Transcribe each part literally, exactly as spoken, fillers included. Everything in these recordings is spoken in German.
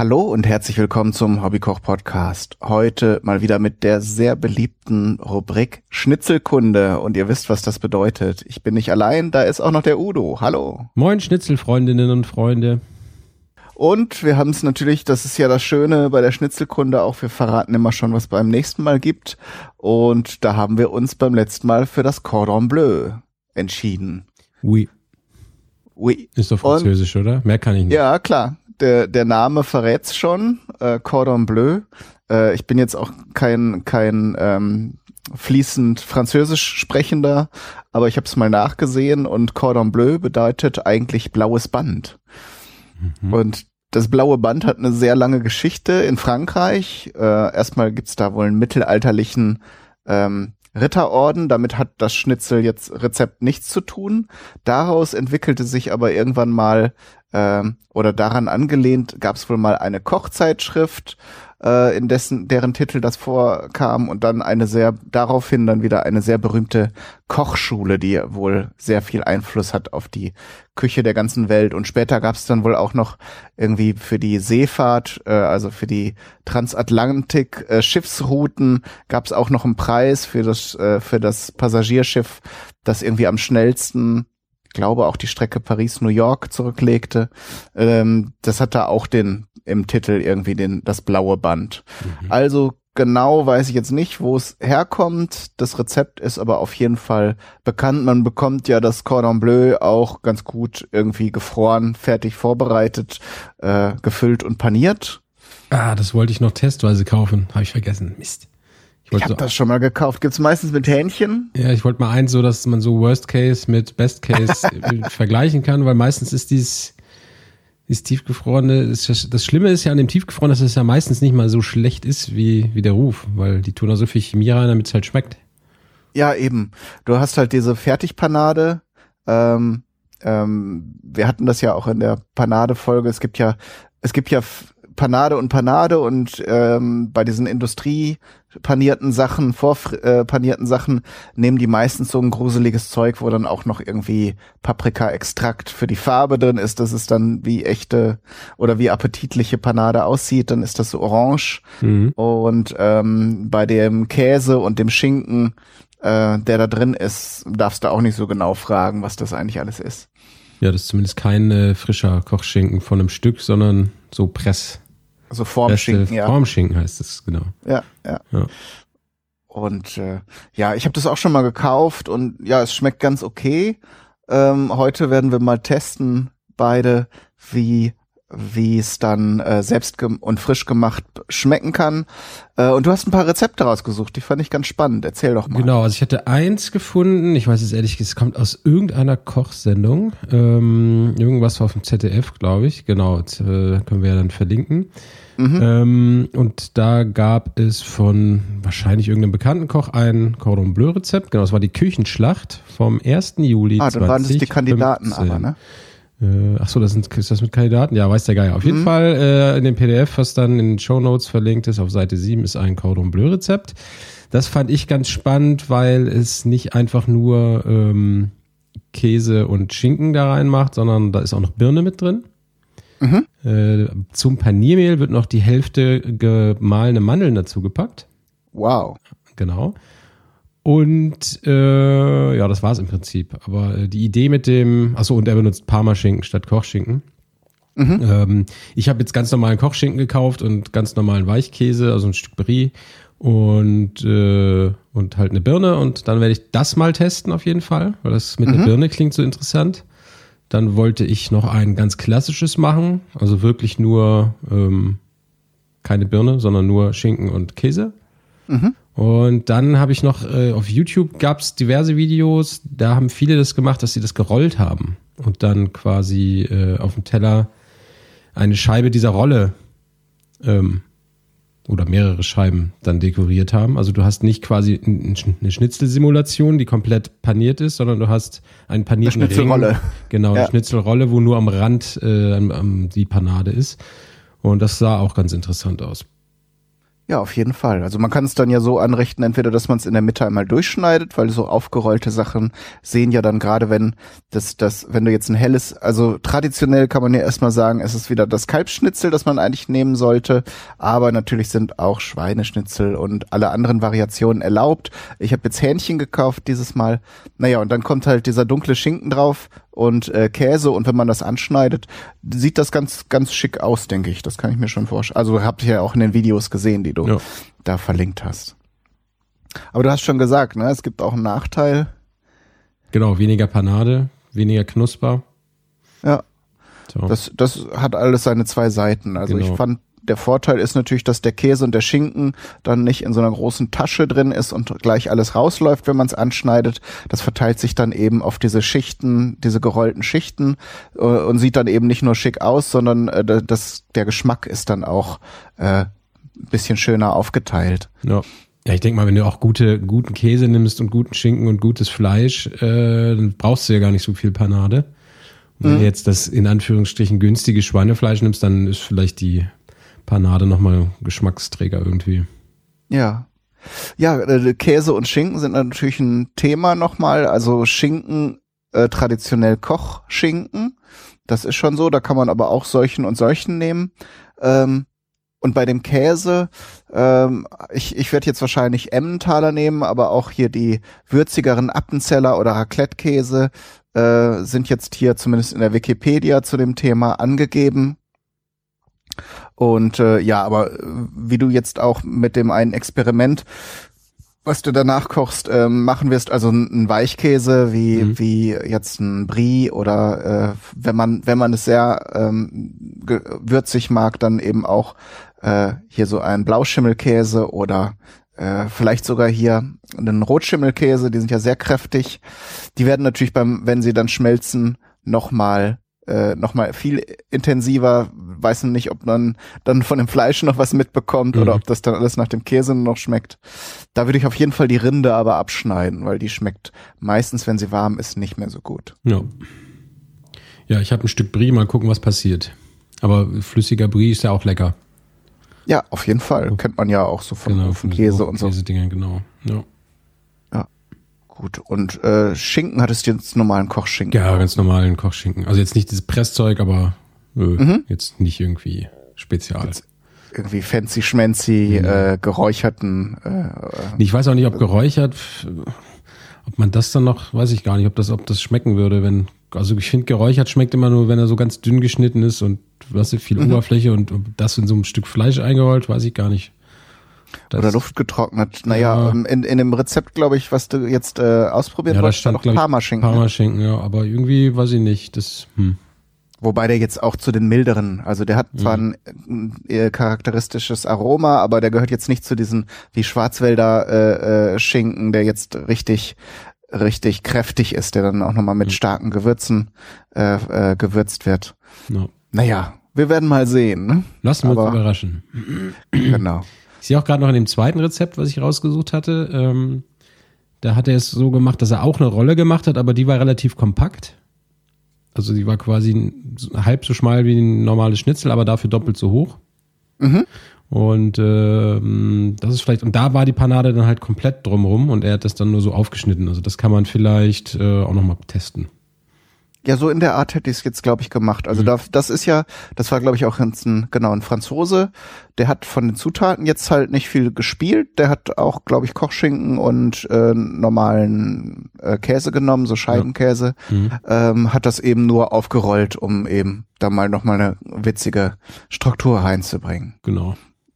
Hallo und herzlich willkommen zum Hobbykoch-Podcast. Heute mal wieder mit der sehr beliebten Rubrik Schnitzelkunde. Und ihr wisst, was das bedeutet. Ich bin nicht allein, da ist auch noch der Udo. Hallo. Moin Schnitzelfreundinnen und Freunde. Und wir haben es natürlich, das ist ja das Schöne bei der Schnitzelkunde auch, wir verraten immer schon, was beim nächsten Mal gibt. Und da haben wir uns beim letzten Mal für das Cordon Bleu entschieden. Oui. Oui. Ist doch französisch, und, oder? Mehr kann ich nicht. Ja, klar. Der, der Name verrät's schon, äh, Cordon Bleu. Äh, ich bin jetzt auch kein kein ähm, fließend Französisch sprechender, aber ich habe es mal nachgesehen und Cordon Bleu bedeutet eigentlich blaues Band. Mhm. Und das blaue Band hat eine sehr lange Geschichte in Frankreich. Äh, erstmal gibt's da wohl einen mittelalterlichen ähm, Ritterorden, damit hat das Schnitzel jetzt Rezept nichts zu tun. Daraus entwickelte sich aber irgendwann mal ähm, oder daran angelehnt, gab es wohl mal eine Kochzeitschrift, äh, in dessen deren Titel das vorkam und dann eine sehr daraufhin dann wieder eine sehr berühmte Kochschule, die wohl sehr viel Einfluss hat auf die Küche der ganzen Welt. Und später gab es dann wohl auch noch irgendwie für die Seefahrt, äh, also für die Transatlantik äh, Schiffsrouten, gab es auch noch einen Preis für das äh, für das Passagierschiff, das irgendwie am schnellsten, ich glaube auch die Strecke Paris-New York zurücklegte. Ähm, das hat da auch den im Titel irgendwie den das blaue Band. Mhm. Also genau weiß ich jetzt nicht, wo es herkommt. Das Rezept ist aber auf jeden Fall bekannt. Man bekommt ja das Cordon Bleu auch ganz gut irgendwie gefroren, fertig vorbereitet, äh, gefüllt und paniert. Ah, das wollte ich noch testweise kaufen. Habe ich vergessen. Mist. Ich, ich habe so das schon mal gekauft. Gibt's meistens mit Hähnchen? Ja, ich wollte mal eins so, dass man so Worst Case mit Best Case vergleichen kann, weil meistens ist dieses, dieses tiefgefrorene, das, das Schlimme ist ja an dem tiefgefrorenen, dass es ja meistens nicht mal so schlecht ist wie, wie der Ruf, weil die tun da so viel Chemie rein, damit es halt schmeckt. Ja, eben. Du hast halt diese Fertigpanade. Ähm, ähm, wir hatten das ja auch in der Panade-Folge. Es gibt ja, es gibt ja Panade und Panade und ähm, bei diesen industriepanierten Sachen, vorpanierten Sachen nehmen die meistens so ein gruseliges Zeug, wo dann auch noch irgendwie Paprika-Extrakt für die Farbe drin ist, dass es dann wie echte oder wie appetitliche Panade aussieht, dann ist das so orange. Mhm. Und ähm, bei dem Käse und dem Schinken, äh, der da drin ist, darfst du auch nicht so genau fragen, was das eigentlich alles ist. Ja, das ist zumindest kein äh, frischer Kochschinken von einem Stück, sondern so Press. Also Formschinken, ja. Formschinken heißt es, genau. Ja, ja. ja. Und äh, ja, ich habe das auch schon mal gekauft und ja, es schmeckt ganz okay. Ähm, heute werden wir mal testen, beide, wie wie es dann äh, selbst gem- und frisch gemacht schmecken kann. Äh, und du hast ein paar Rezepte rausgesucht, die fand ich ganz spannend. Erzähl doch mal. Genau, also ich hatte eins gefunden, ich weiß es ehrlich, es kommt aus irgendeiner Kochsendung, ähm, irgendwas auf dem Z D F, glaube ich. Genau, das, äh, können wir ja dann verlinken. Mhm. Ähm, und da gab es von wahrscheinlich irgendeinem bekannten Koch ein Cordon Bleu Rezept. Genau, das war die Küchenschlacht vom ersten Juli ah, dann waren das die Kandidaten aber, ne? Ach so, das sind, ist das mit Kandidaten? Ja, weiß der Geier. Auf jeden mhm. Fall äh, in dem P D F, was dann in den Shownotes verlinkt ist, auf Seite sieben ist ein Cordon Bleu Rezept. Das fand ich ganz spannend, weil es nicht einfach nur ähm, Käse und Schinken da reinmacht, sondern da ist auch noch Birne mit drin. Mhm. Äh, zum Paniermehl wird noch die Hälfte gemahlene Mandeln dazu gepackt. Wow. Genau. Und äh, ja, das war's im Prinzip. Aber äh, die Idee mit dem, achso, und er benutzt Parmaschinken statt Kochschinken. Mhm. Ähm, ich habe jetzt ganz normalen Kochschinken gekauft und ganz normalen Weichkäse, also ein Stück Brie und äh, und halt eine Birne. Und dann werde ich das mal testen auf jeden Fall, weil das mit mhm. der Birne klingt so interessant. Dann wollte ich noch ein ganz klassisches machen, also wirklich nur ähm, keine Birne, sondern nur Schinken und Käse. Mhm. Und dann habe ich noch, äh, auf YouTube gab es diverse Videos, da haben viele das gemacht, dass sie das gerollt haben und dann quasi äh, auf dem Teller eine Scheibe dieser Rolle ähm, oder mehrere Scheiben dann dekoriert haben. Also du hast nicht quasi eine Schnitzelsimulation, die komplett paniert ist, sondern du hast einen panierten eine Schnitzelrolle. Ring. Genau, ja. Eine Schnitzelrolle, wo nur am Rand äh, am, am, die Panade ist. Und das sah auch ganz interessant aus. Ja, auf jeden Fall. Also man kann es dann ja so anrichten, entweder, dass man es in der Mitte einmal durchschneidet, weil so aufgerollte Sachen sehen ja dann gerade, wenn das, das, wenn du jetzt ein helles, also traditionell kann man ja erstmal sagen, es ist wieder das Kalbsschnitzel, das man eigentlich nehmen sollte, aber natürlich sind auch Schweineschnitzel und alle anderen Variationen erlaubt. Ich habe jetzt Hähnchen gekauft dieses Mal. Naja, und dann kommt halt dieser dunkle Schinken drauf und äh, Käse, und wenn man das anschneidet, sieht das ganz ganz schick aus, denke ich. Das kann ich mir schon vorstellen. Also habt ihr ja auch in den Videos gesehen, die du ja. da verlinkt hast. Aber du hast schon gesagt, ne, es gibt auch einen Nachteil. Genau, weniger Panade, weniger Knusper. Ja, so. das das hat alles seine zwei Seiten. Also genau. Ich fand, der Vorteil ist natürlich, dass der Käse und der Schinken dann nicht in so einer großen Tasche drin ist und gleich alles rausläuft, wenn man es anschneidet. Das verteilt sich dann eben auf diese Schichten, diese gerollten Schichten äh, und sieht dann eben nicht nur schick aus, sondern äh, das, der Geschmack ist dann auch äh, ein bisschen schöner aufgeteilt. Ja. Ja, ich denke mal, wenn du auch gute, guten Käse nimmst und guten Schinken und gutes Fleisch, äh, dann brauchst du ja gar nicht so viel Panade. Und wenn mhm. du jetzt das in Anführungsstrichen günstige Schweinefleisch nimmst, dann ist vielleicht die Panade nochmal Geschmacksträger irgendwie. Ja. Ja, äh, Käse und Schinken sind natürlich ein Thema nochmal. Also Schinken, äh, traditionell Kochschinken. Das ist schon so. Da kann man aber auch solchen und solchen nehmen. Ähm, und bei dem Käse, ähm, ich, ich werde jetzt wahrscheinlich Emmentaler nehmen, aber auch hier die würzigeren Appenzeller oder Raclette-Käse äh, sind jetzt hier zumindest in der Wikipedia zu dem Thema angegeben. Und äh, ja, aber wie du jetzt auch mit dem einen Experiment, was du danach kochst, ähm, machen wirst, also ein Weichkäse wie mhm. wie jetzt ein Brie oder äh, wenn man wenn man es sehr ähm, würzig mag, dann eben auch äh, hier so ein Blauschimmelkäse oder äh, vielleicht sogar hier einen Rotschimmelkäse, die sind ja sehr kräftig. Die werden natürlich beim, wenn sie dann schmelzen, nochmal äh, nochmal viel intensiver. Weiß nicht, ob man dann von dem Fleisch noch was mitbekommt mhm. oder ob das dann alles nach dem Käse noch schmeckt. Da würde ich auf jeden Fall die Rinde aber abschneiden, weil die schmeckt meistens, wenn sie warm ist, nicht mehr so gut. Ja, ja, ich habe ein Stück Brie, mal gucken, was passiert. Aber flüssiger Brie ist ja auch lecker. Ja, auf jeden Fall. Oh. Kennt man ja auch so von, genau, von Käse und so. Käse-Dinger, genau. Ja. Ja, gut. Und äh, Schinken, hattest du jetzt normalen Kochschinken? Ja, ganz normalen Kochschinken. Also jetzt nicht dieses Presszeug, aber Nö, mhm. jetzt nicht irgendwie spezial. Jetzt irgendwie fancy schmancy mhm. äh, geräucherten. Äh, ich weiß auch nicht, ob geräuchert, ob man das dann noch, weiß ich gar nicht, ob das, ob das schmecken würde, wenn, also ich finde geräuchert schmeckt immer nur, wenn er so ganz dünn geschnitten ist und du hast ja viel mhm. Oberfläche und das in so einem Stück Fleisch eingerollt, weiß ich gar nicht. Das, Oder Luft getrocknet. Naja, ja. in, in dem Rezept, glaube ich, was du jetzt äh, ausprobiert ja, wolltest, stand noch Parmaschinken. Parmaschinken, ja, aber irgendwie weiß ich nicht, das, hm. Wobei der jetzt auch zu den milderen, also der hat zwar mhm. ein äh, charakteristisches Aroma, aber der gehört jetzt nicht zu diesen wie Schwarzwälder äh, äh, Schinken, der jetzt richtig richtig kräftig ist, der dann auch nochmal mit mhm. starken Gewürzen äh, äh, gewürzt wird. No. Naja, wir werden mal sehen. Ne? Lassen wir uns überraschen. Genau. Ich sehe auch gerade noch in dem zweiten Rezept, was ich rausgesucht hatte, ähm, da hat er es so gemacht, dass er auch eine Rolle gemacht hat, aber die war relativ kompakt. Also die war quasi halb so schmal wie ein normales Schnitzel, aber dafür doppelt so hoch. Mhm. Und ähm, das ist vielleicht, und da war die Panade dann halt komplett drumrum und er hat das dann nur so aufgeschnitten. Also das kann man vielleicht äh, auch nochmal testen. Ja, so in der Art hätte ich es jetzt, glaube ich, gemacht. Also mhm. da, das ist ja, das war, glaube ich, auch ein, genau, ein Franzose. Der hat von den Zutaten jetzt halt nicht viel gespielt. Der hat auch, glaube ich, Kochschinken und äh, normalen äh, Käse genommen, so Scheibenkäse. Ja. Mhm. Ähm, hat das eben nur aufgerollt, um eben da mal nochmal eine witzige Struktur reinzubringen. Genau.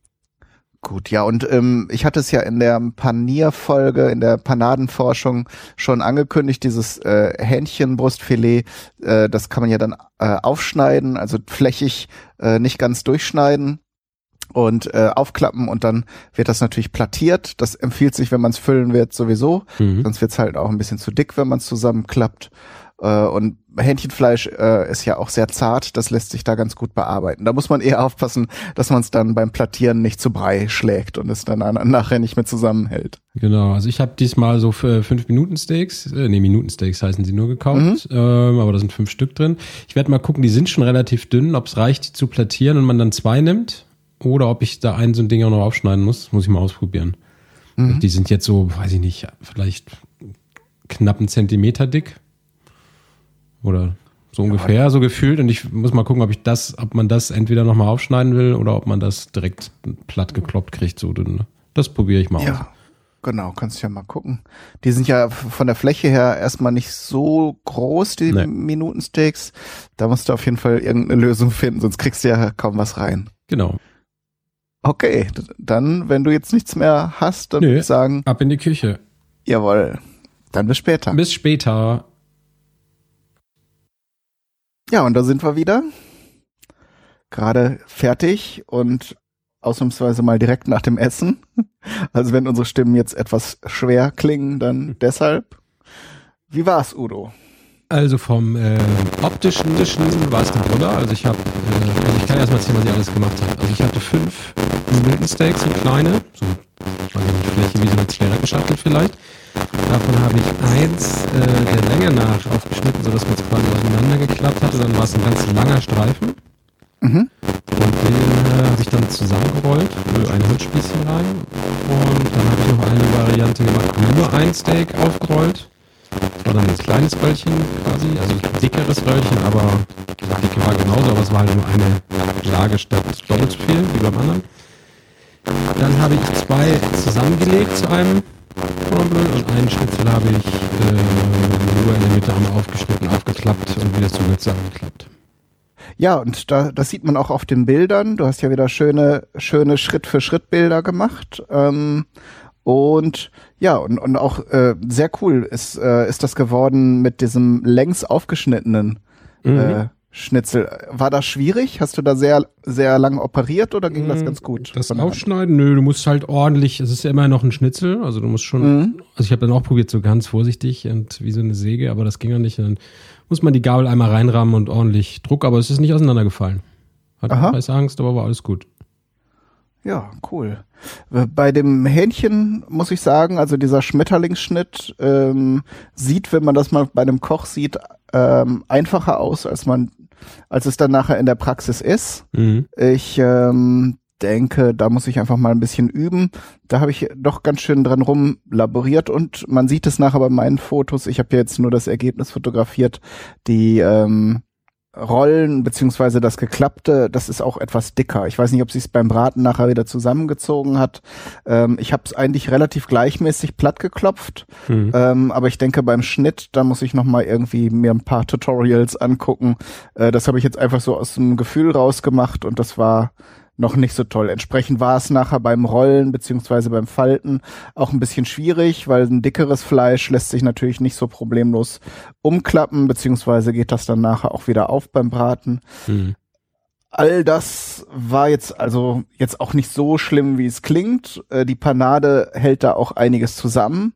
Gut, ja, und ähm, ich hatte es ja in der Panierfolge, in der Panadenforschung schon angekündigt, dieses äh, Hähnchenbrustfilet, äh, das kann man ja dann äh, aufschneiden, also flächig äh, nicht ganz durchschneiden und äh, aufklappen und dann wird das natürlich plattiert. Das empfiehlt sich, wenn man es füllen wird, sowieso, mhm. sonst wird es halt auch ein bisschen zu dick, wenn man es zusammenklappt. Äh, und Hähnchenfleisch äh, ist ja auch sehr zart, das lässt sich da ganz gut bearbeiten. Da muss man eher aufpassen, dass man es dann beim Plattieren nicht zu Brei schlägt und es dann an, nachher nicht mehr zusammenhält. Genau, also ich habe diesmal so für fünf Minuten Steaks, äh, nee, Minuten Steaks heißen sie nur gekauft, mhm. ähm, aber da sind fünf Stück drin. Ich werde mal gucken, die sind schon relativ dünn, ob es reicht, die zu plattieren und man dann zwei nimmt oder ob ich da ein so ein Ding auch noch aufschneiden muss. Muss ich mal ausprobieren. Mhm. Die sind jetzt so, weiß ich nicht, vielleicht knapp einen Zentimeter dick. Oder so ungefähr, ja, so gefühlt. Und ich muss mal gucken, ob ich das, ob man das entweder nochmal aufschneiden will oder ob man das direkt platt gekloppt kriegt. So, das probiere ich mal ja. aus. Genau, kannst du ja mal gucken. Die sind ja von der Fläche her erstmal nicht so groß, die nee. Minutensteaks. Da musst du auf jeden Fall irgendeine Lösung finden, sonst kriegst du ja kaum was rein. Genau. Okay, dann, wenn du jetzt nichts mehr hast, dann würde ich sagen... ab in die Küche. Jawohl, dann bis später. Bis später. Ja, und da sind wir wieder. Gerade fertig und ausnahmsweise mal direkt nach dem Essen. Also wenn unsere Stimmen jetzt etwas schwer klingen, dann deshalb. Wie war's, Udo? Also vom äh, optischen war es der Brüller. Also ich habe, äh, also ich kann erst mal erzählen, was ich alles gemacht habe. Also ich hatte fünf Minutensteaks, so kleine, so also eine Fläche wie so eine Zigarettenschachtel vielleicht. Davon habe ich eins äh, der Länge nach aufgeschnitten, sodass man es quasi auseinandergeklappt hatte. Dann war es ein ganz langer Streifen. Mhm. Und den äh, habe ich dann zusammengerollt, ein Holzspießchen rein. Und dann habe ich noch eine Variante gemacht, nur ein Steak aufgerollt. Das war dann ein kleines Röllchen quasi, also ein dickeres Röllchen, aber die Dicke war genauso, aber es war halt nur eine Lage statt doppelt so viel wie beim anderen. Dann habe ich zwei zusammengelegt zu einem Cordon Bleu und einen Schnitzel habe ich äh, nur in der Mitte einmal aufgeschnitten, aufgeklappt und wieder zusammengeklappt. Ja, und da, das sieht man auch auf den Bildern. Du hast ja wieder schöne, schöne Schritt-für-Schritt-Bilder gemacht. Ähm, und ja, und, und auch äh, sehr cool ist, äh, ist das geworden mit diesem längs aufgeschnittenen mhm. äh, Schnitzel. War das schwierig? Hast du da sehr, sehr lang operiert oder ging das ganz gut? Das Aufschneiden? Nö, du musst halt ordentlich, es ist ja immer noch ein Schnitzel, also du musst schon, mhm. also ich habe dann auch probiert, so ganz vorsichtig und wie so eine Säge, aber das ging ja nicht. Dann muss man die Gabel einmal reinrahmen und ordentlich Druck, aber es ist nicht auseinandergefallen. Hat heiße Angst, aber war alles gut. Ja, cool. Bei dem Hähnchen muss ich sagen, also dieser Schmetterlingsschnitt ähm, sieht, wenn man das mal bei einem Koch sieht, ähm, einfacher aus, als man, als es dann nachher in der Praxis ist. Mhm. Ich ähm, denke, da muss ich einfach mal ein bisschen üben. Da habe ich doch ganz schön dran rumlaboriert und man sieht es nachher bei meinen Fotos. Ich habe ja jetzt nur das Ergebnis fotografiert. Die ähm, Rollen beziehungsweise das Geklappte, das ist auch etwas dicker. Ich weiß nicht, ob sie es beim Braten nachher wieder zusammengezogen hat. Ähm, ich habe es eigentlich relativ gleichmäßig platt geklopft, mhm. ähm, aber ich denke beim Schnitt, da muss ich noch mal irgendwie mir ein paar Tutorials angucken. Äh, das habe ich jetzt einfach so aus dem Gefühl rausgemacht und das war noch nicht so toll. Entsprechend war es nachher beim Rollen beziehungsweise beim Falten auch ein bisschen schwierig, weil ein dickeres Fleisch lässt sich natürlich nicht so problemlos umklappen, beziehungsweise geht das dann nachher auch wieder auf beim Braten. Mhm. All das war jetzt also jetzt auch nicht so schlimm, wie es klingt. Äh, die Panade hält da auch einiges zusammen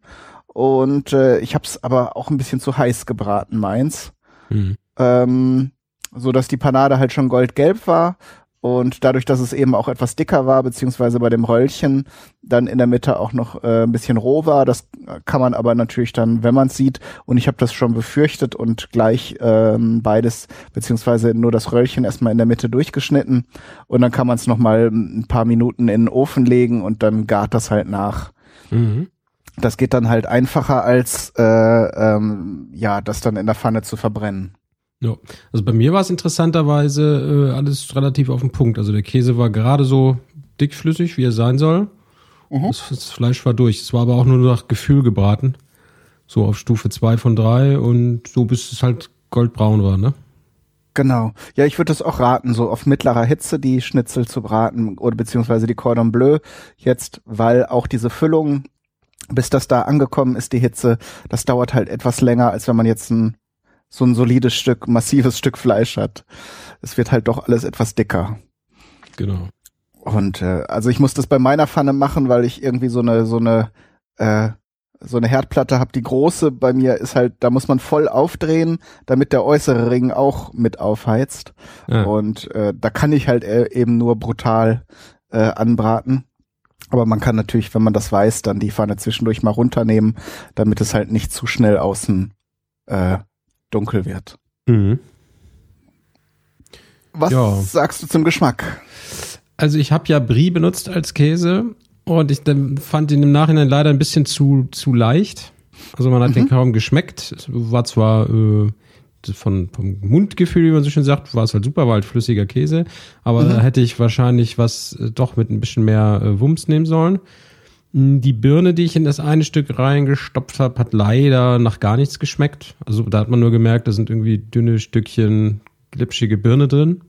und äh, ich habe es aber auch ein bisschen zu heiß gebraten, meins. Mhm. Ähm, so dass die Panade halt schon goldgelb war. Und dadurch, dass es eben auch etwas dicker war, beziehungsweise bei dem Röllchen dann in der Mitte auch noch äh, ein bisschen roh war, das kann man aber natürlich dann, wenn man es sieht, und ich habe das schon befürchtet und gleich ähm, beides, beziehungsweise nur das Röllchen erstmal in der Mitte durchgeschnitten und dann kann man es nochmal ein paar Minuten in den Ofen legen und dann gart das halt nach. Mhm. Das geht dann halt einfacher als äh, ähm, ja, das dann in der Pfanne zu verbrennen. Ja, also bei mir war es interessanterweise äh, alles relativ auf den Punkt. Also der Käse war gerade so dickflüssig, wie er sein soll. Mhm. Das, das Fleisch war durch. Es war aber auch nur nach Gefühl gebraten. So auf Stufe zwei von drei und so bis es halt goldbraun war, ne? Genau. Ja, ich würde das auch raten, so auf mittlerer Hitze die Schnitzel zu braten oder beziehungsweise die Cordon Bleu jetzt, weil auch diese Füllung, bis das da angekommen ist, die Hitze, das dauert halt etwas länger, als wenn man jetzt ein so ein solides Stück, massives Stück Fleisch hat. Es wird halt doch alles etwas dicker. Genau. Und äh, also ich muss das bei meiner Pfanne machen, weil ich irgendwie so eine so eine äh, so eine Herdplatte habe. Die große bei mir ist halt, da muss man voll aufdrehen, damit der äußere Ring auch mit aufheizt. Ja. Und äh, da kann ich halt äh, eben nur brutal äh, anbraten. Aber man kann natürlich, wenn man das weiß, dann die Pfanne zwischendurch mal runternehmen, damit es halt nicht zu schnell außen äh, dunkel wird. Mhm. Was ja. sagst du zum Geschmack? Also ich habe ja Brie benutzt als Käse und ich dann fand ihn im Nachhinein leider ein bisschen zu, zu leicht. Also man hat mhm. den kaum geschmeckt. Es war zwar äh, von, vom Mundgefühl, wie man so schön sagt, war es halt super, war halt flüssiger Käse. Aber mhm. da hätte ich wahrscheinlich was äh, doch mit ein bisschen mehr äh, Wumms nehmen sollen. Die Birne, die ich in das eine Stück reingestopft habe, hat leider nach gar nichts geschmeckt. Also da hat man nur gemerkt, da sind irgendwie dünne Stückchen glitschige Birne drin.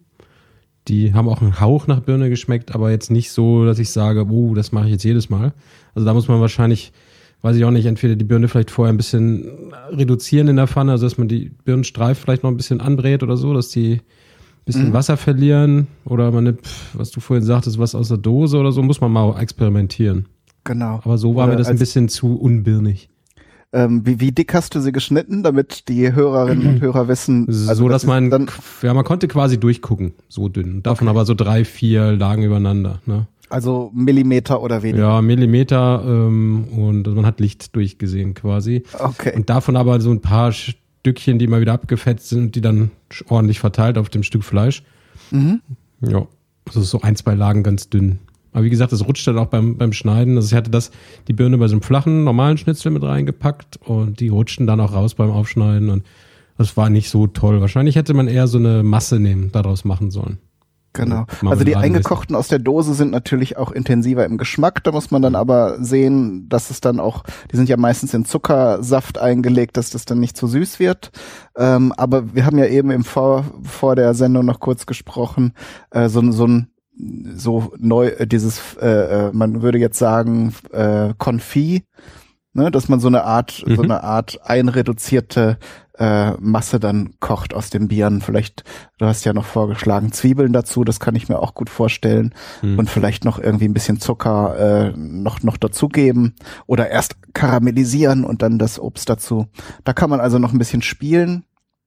Die haben auch einen Hauch nach Birne geschmeckt, aber jetzt nicht so, dass ich sage, oh, das mache ich jetzt jedes Mal. Also da muss man wahrscheinlich, weiß ich auch nicht, entweder die Birne vielleicht vorher ein bisschen reduzieren in der Pfanne, also dass man die Birnenstreif vielleicht noch ein bisschen anbrät oder so, dass die ein bisschen mhm. Wasser verlieren. Oder man nimmt, was du vorhin sagtest, was aus der Dose oder so, muss man mal experimentieren. Genau. Aber so war Oder mir das ein bisschen zu unbirnig. Ähm, wie, wie dick hast du sie geschnitten, damit die Hörerinnen und Hörer wissen? Also so, dass das man, dann ja, man konnte quasi durchgucken, so dünn. Davon okay. aber so drei, vier Lagen übereinander. Ne? Also Millimeter oder weniger? Ja, Millimeter ähm, und man hat Licht durchgesehen quasi. Okay. Und davon aber so ein paar Stückchen, die mal wieder abgefetzt sind und die dann ordentlich verteilt auf dem Stück Fleisch. Mhm. Ja, also so ein, zwei Lagen ganz dünn. Aber wie gesagt, das rutscht dann auch beim, beim Schneiden. Also ich hatte das, die Birne bei so einem flachen, normalen Schnitzel mit reingepackt und die rutschten dann auch raus beim Aufschneiden und das war nicht so toll. Wahrscheinlich hätte man eher so eine Masse nehmen, daraus machen sollen. Genau. Also die eingekochten aus der Dose sind natürlich auch intensiver im Geschmack. Da muss man dann aber sehen, dass es dann auch, die sind ja meistens in Zuckersaft eingelegt, dass das dann nicht zu süß wird. Ähm, aber wir haben ja eben im Vor, vor der Sendung noch kurz gesprochen, äh, so, so ein so neu, dieses, äh, man würde jetzt sagen, äh, Confit, ne, dass man so eine Art, mhm. so eine Art einreduzierte äh, Masse dann kocht aus den Bieren. Vielleicht, du hast ja noch vorgeschlagen, Zwiebeln dazu, das kann ich mir auch gut vorstellen. Mhm. Und vielleicht noch irgendwie ein bisschen Zucker äh, noch, noch dazugeben oder erst karamellisieren und dann das Obst dazu. Da kann man also noch ein bisschen spielen.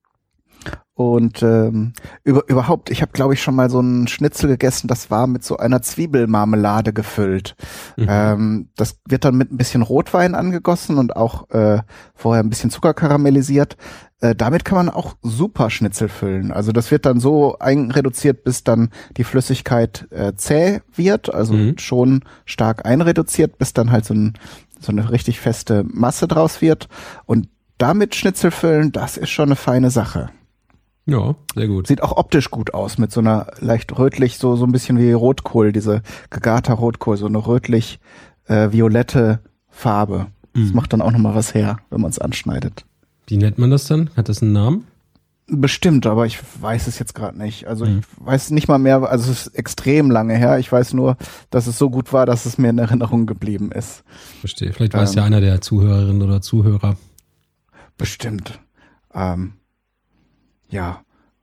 Und ähm, über, überhaupt, ich habe, glaube ich, schon mal so einen Schnitzel gegessen, das war mit so einer Zwiebelmarmelade gefüllt. Mhm. Ähm, das wird dann mit ein bisschen Rotwein angegossen und auch äh, vorher ein bisschen Zucker karamellisiert. Äh, damit kann man auch super Schnitzel füllen. Also das wird dann so einreduziert, bis dann die Flüssigkeit äh, zäh wird, also mhm. schon stark einreduziert, bis dann halt so, ein, so eine richtig feste Masse draus wird. Und damit Schnitzel füllen, das ist schon eine feine Sache. Ja, sehr gut. Sieht auch optisch gut aus, mit so einer leicht rötlich, so so ein bisschen wie Rotkohl, diese gegarter Rotkohl, so eine rötlich äh, violette Farbe. Mhm. Das macht dann auch nochmal was her, wenn man es anschneidet. Wie nennt man das dann? Hat das einen Namen? Bestimmt, aber ich weiß es jetzt gerade nicht. Also mhm. ich weiß nicht mal mehr, also es ist extrem lange her. Ich weiß nur, dass es so gut war, dass es mir in Erinnerung geblieben ist. Verstehe. Vielleicht weiß ähm, ja einer der Zuhörerinnen oder Zuhörer. Bestimmt. Ähm, Ja.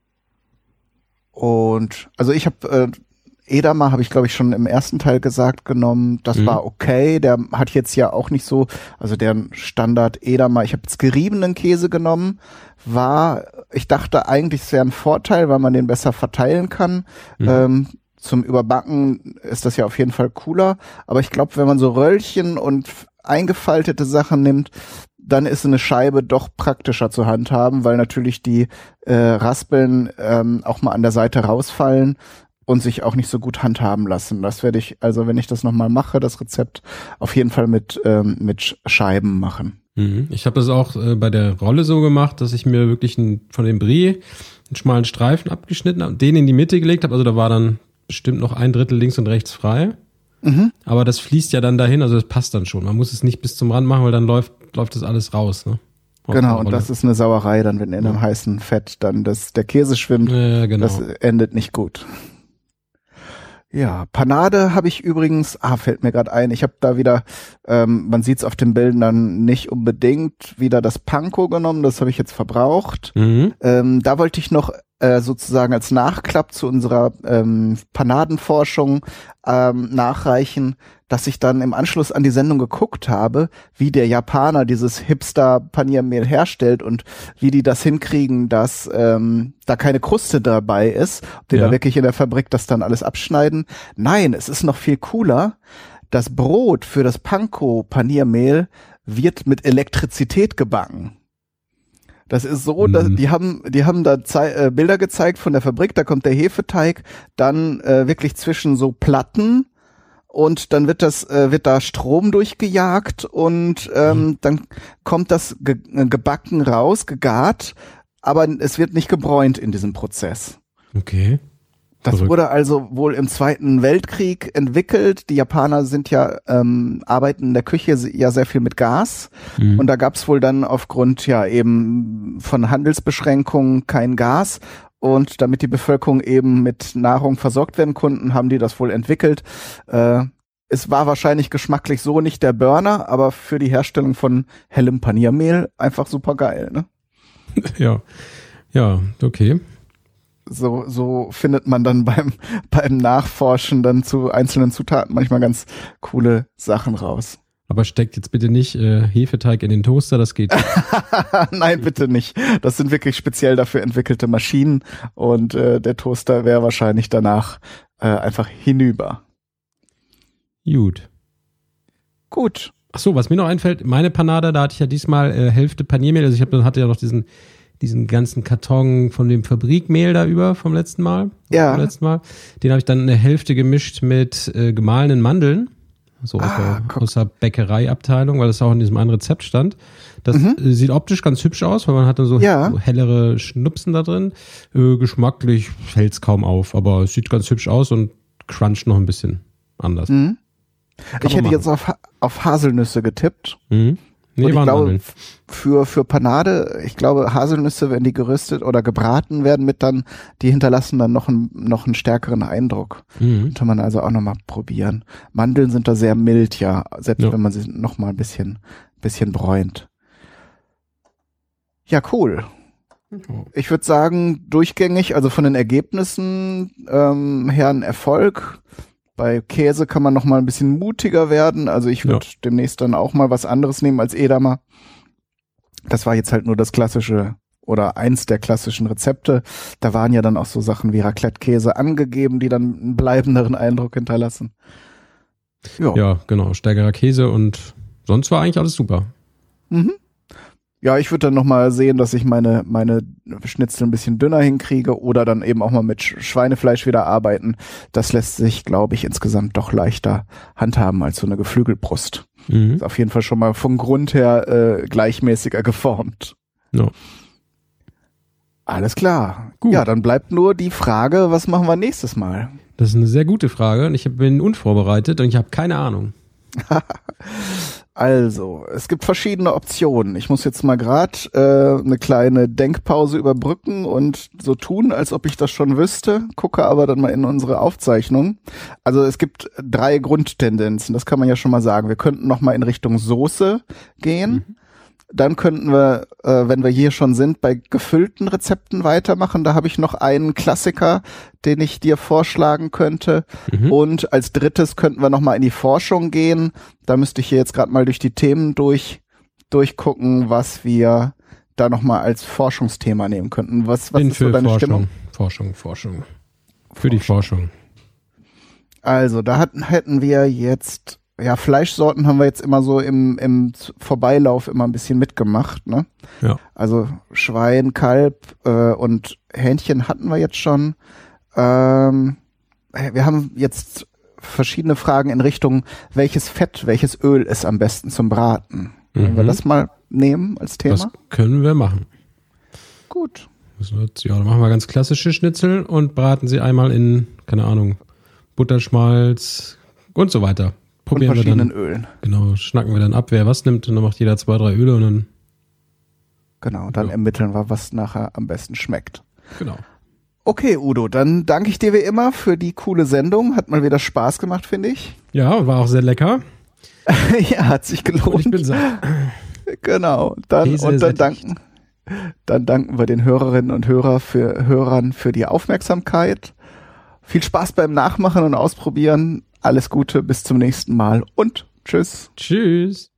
Und also ich habe äh, Edamer habe ich glaube ich schon im ersten Teil gesagt genommen, das mhm. war okay, der hat jetzt ja auch nicht so, also der Standard Edamer, ich habe jetzt geriebenen Käse genommen, war, ich dachte eigentlich es wäre ein Vorteil, weil man den besser verteilen kann, mhm. ähm, zum Überbacken ist das ja auf jeden Fall cooler, aber ich glaube, wenn man so Röllchen und eingefaltete Sachen nimmt, dann ist eine Scheibe doch praktischer zu handhaben, weil natürlich die äh, Raspeln ähm, auch mal an der Seite rausfallen und sich auch nicht so gut handhaben lassen. Das werde ich, also wenn ich das nochmal mache, das Rezept auf jeden Fall mit ähm, mit Scheiben machen. Mhm. Ich habe das auch äh, bei der Rolle so gemacht, dass ich mir wirklich ein, von dem Brie einen schmalen Streifen abgeschnitten habe, den in die Mitte gelegt habe. Also da war dann bestimmt noch ein Drittel links und rechts frei. Mhm. Aber das fließt ja dann dahin, also das passt dann schon. Man muss es nicht bis zum Rand machen, weil dann läuft läuft das alles raus. Ne? Genau, und das ist eine Sauerei, dann wenn in einem ja. heißen Fett dann das, der Käse schwimmt, ja, genau. Das endet nicht gut. Ja, Panade habe ich übrigens, ah, fällt mir gerade ein, ich habe da wieder, ähm, man sieht es auf den Bildern dann nicht unbedingt, wieder das Panko genommen, das habe ich jetzt verbraucht. Mhm. Ähm, da wollte ich noch äh, sozusagen als Nachklapp zu unserer ähm, Panadenforschung ähm, nachreichen, dass ich dann im Anschluss an die Sendung geguckt habe, wie der Japaner dieses Hipster-Paniermehl herstellt und wie die das hinkriegen, dass ähm, da keine Kruste dabei ist, ob die ja. da wirklich in der Fabrik das dann alles abschneiden. Nein, es ist noch viel cooler. Das Brot für das Panko-Paniermehl wird mit Elektrizität gebacken. Das ist so, dass die haben, die haben da Zei- äh, Bilder gezeigt von der Fabrik, da kommt der Hefeteig dann äh, wirklich zwischen so Platten und dann wird das, äh, wird da Strom durchgejagt und ähm, mhm. dann kommt das ge- gebacken raus, gegart, aber es wird nicht gebräunt in diesem Prozess. Okay. Das Verrückt. wurde also wohl im Zweiten Weltkrieg entwickelt. Die Japaner sind ja, ähm, arbeiten in der Küche ja sehr viel mit Gas. Mhm. Und da gab es wohl dann aufgrund ja eben von Handelsbeschränkungen kein Gas. Und damit die Bevölkerung eben mit Nahrung versorgt werden konnten, haben die das wohl entwickelt. Äh, es war wahrscheinlich geschmacklich so nicht der Burner, aber für die Herstellung von hellem Paniermehl einfach super geil, ne? Ja, ja, okay. So, so findet man dann beim, beim Nachforschen dann zu einzelnen Zutaten manchmal ganz coole Sachen raus. Aber steckt jetzt bitte nicht äh, Hefeteig in den Toaster, das geht nicht. Nein, bitte nicht. Das sind wirklich speziell dafür entwickelte Maschinen und äh, der Toaster wäre wahrscheinlich danach äh, einfach hinüber. Gut. Gut. Ach so, was mir noch einfällt, meine Panade, da hatte ich ja diesmal äh, Hälfte Paniermehl, also ich hab, hatte ja noch diesen diesen ganzen Karton von dem Fabrikmehl da über vom letzten Mal. Ja. Vom letzten Mal. Den habe ich dann eine Hälfte gemischt mit äh, gemahlenen Mandeln. So aus, Ah, der, aus der Bäckereiabteilung, weil das auch in diesem einen Rezept stand. Das Mhm. äh, sieht optisch ganz hübsch aus, weil man hat dann so, Ja. so hellere Schnupsen da drin. Äh, geschmacklich fällt's kaum auf, aber es sieht ganz hübsch aus und cruncht noch ein bisschen anders. Mhm. Ich man hätte machen. jetzt auf, Ha- auf Haselnüsse getippt. Mhm. Nee, Und ich waren glaube, Mandeln. f- für, für Panade, ich glaube, Haselnüsse, wenn die geröstet oder gebraten werden mit dann, die hinterlassen dann noch einen, noch einen stärkeren Eindruck. Mhm. Könnte man also auch nochmal probieren. Mandeln sind da sehr mild, ja, selbst Ja. wenn man sie nochmal ein bisschen, bisschen bräunt. Ja, cool. Ich würde sagen, durchgängig, also von den Ergebnissen ähm, her ein Erfolg. Bei Käse kann man noch mal ein bisschen mutiger werden. Also ich würde Ja. demnächst dann auch mal was anderes nehmen als Edamer. Das war jetzt halt nur das klassische oder eins der klassischen Rezepte. Da waren ja dann auch so Sachen wie Raclette-Käse angegeben, die dann einen bleibenderen Eindruck hinterlassen. Ja. Ja, genau. Stärkerer Käse und sonst war eigentlich alles super. Mhm. Ja, ich würde dann noch mal sehen, dass ich meine meine Schnitzel ein bisschen dünner hinkriege oder dann eben auch mal mit Sch- Schweinefleisch wieder arbeiten. Das lässt sich, glaube ich, insgesamt doch leichter handhaben als so eine Geflügelbrust. Mhm. Ist auf jeden Fall schon mal vom Grund her äh, gleichmäßiger geformt. Ja. Alles klar. Gut. Ja, dann bleibt nur die Frage, was machen wir nächstes Mal? Das ist eine sehr gute Frage und ich bin unvorbereitet und ich habe keine Ahnung. Also, es gibt verschiedene Optionen. Ich muss jetzt mal gerade äh, eine kleine Denkpause überbrücken und so tun, als ob ich das schon wüsste, gucke aber dann mal in unsere Aufzeichnung. Also es gibt drei Grundtendenzen, das kann man ja schon mal sagen. Wir könnten noch mal in Richtung Soße gehen. Mhm. Dann könnten wir, äh, wenn wir hier schon sind, bei gefüllten Rezepten weitermachen. Da habe ich noch einen Klassiker, den ich dir vorschlagen könnte. Mhm. Und als drittes könnten wir noch mal in die Forschung gehen. Da müsste ich hier jetzt gerade mal durch die Themen durch durchgucken, was wir da noch mal als Forschungsthema nehmen könnten. Was, was Bin ist so für deine Forschung, Stimmung? Forschung, Forschung. Für die Forschung. Also, da hatten, hätten wir jetzt ja, Fleischsorten haben wir jetzt immer so im, im Vorbeilauf immer ein bisschen mitgemacht, ne? Ja. Also Schwein, Kalb äh, und Hähnchen hatten wir jetzt schon. Ähm, wir haben jetzt verschiedene Fragen in Richtung, welches Fett, welches Öl ist am besten zum Braten. Mhm. Wollen wir das mal nehmen als Thema? Das können wir machen. Gut. Ja, dann machen wir ganz klassische Schnitzel und braten sie einmal in, keine Ahnung, Butterschmalz und so weiter. Probieren und verschiedenen wir dann, Ölen. Genau, schnacken wir dann ab, wer was nimmt und dann macht jeder zwei, drei Öle und dann. Genau, dann ja. ermitteln wir, was nachher am besten schmeckt. Genau. Okay, Udo, dann danke ich dir wie immer für die coole Sendung. Hat mal wieder Spaß gemacht, finde ich. Ja, war auch sehr lecker. Ja, hat sich gelohnt. Und ich bin satt. Genau. Dann, Käse und dann sättigt. danken, dann danken wir den Hörerinnen und Hörer für, Hörern für die Aufmerksamkeit. Viel Spaß beim Nachmachen und Ausprobieren. Alles Gute, bis zum nächsten Mal und tschüss. Tschüss.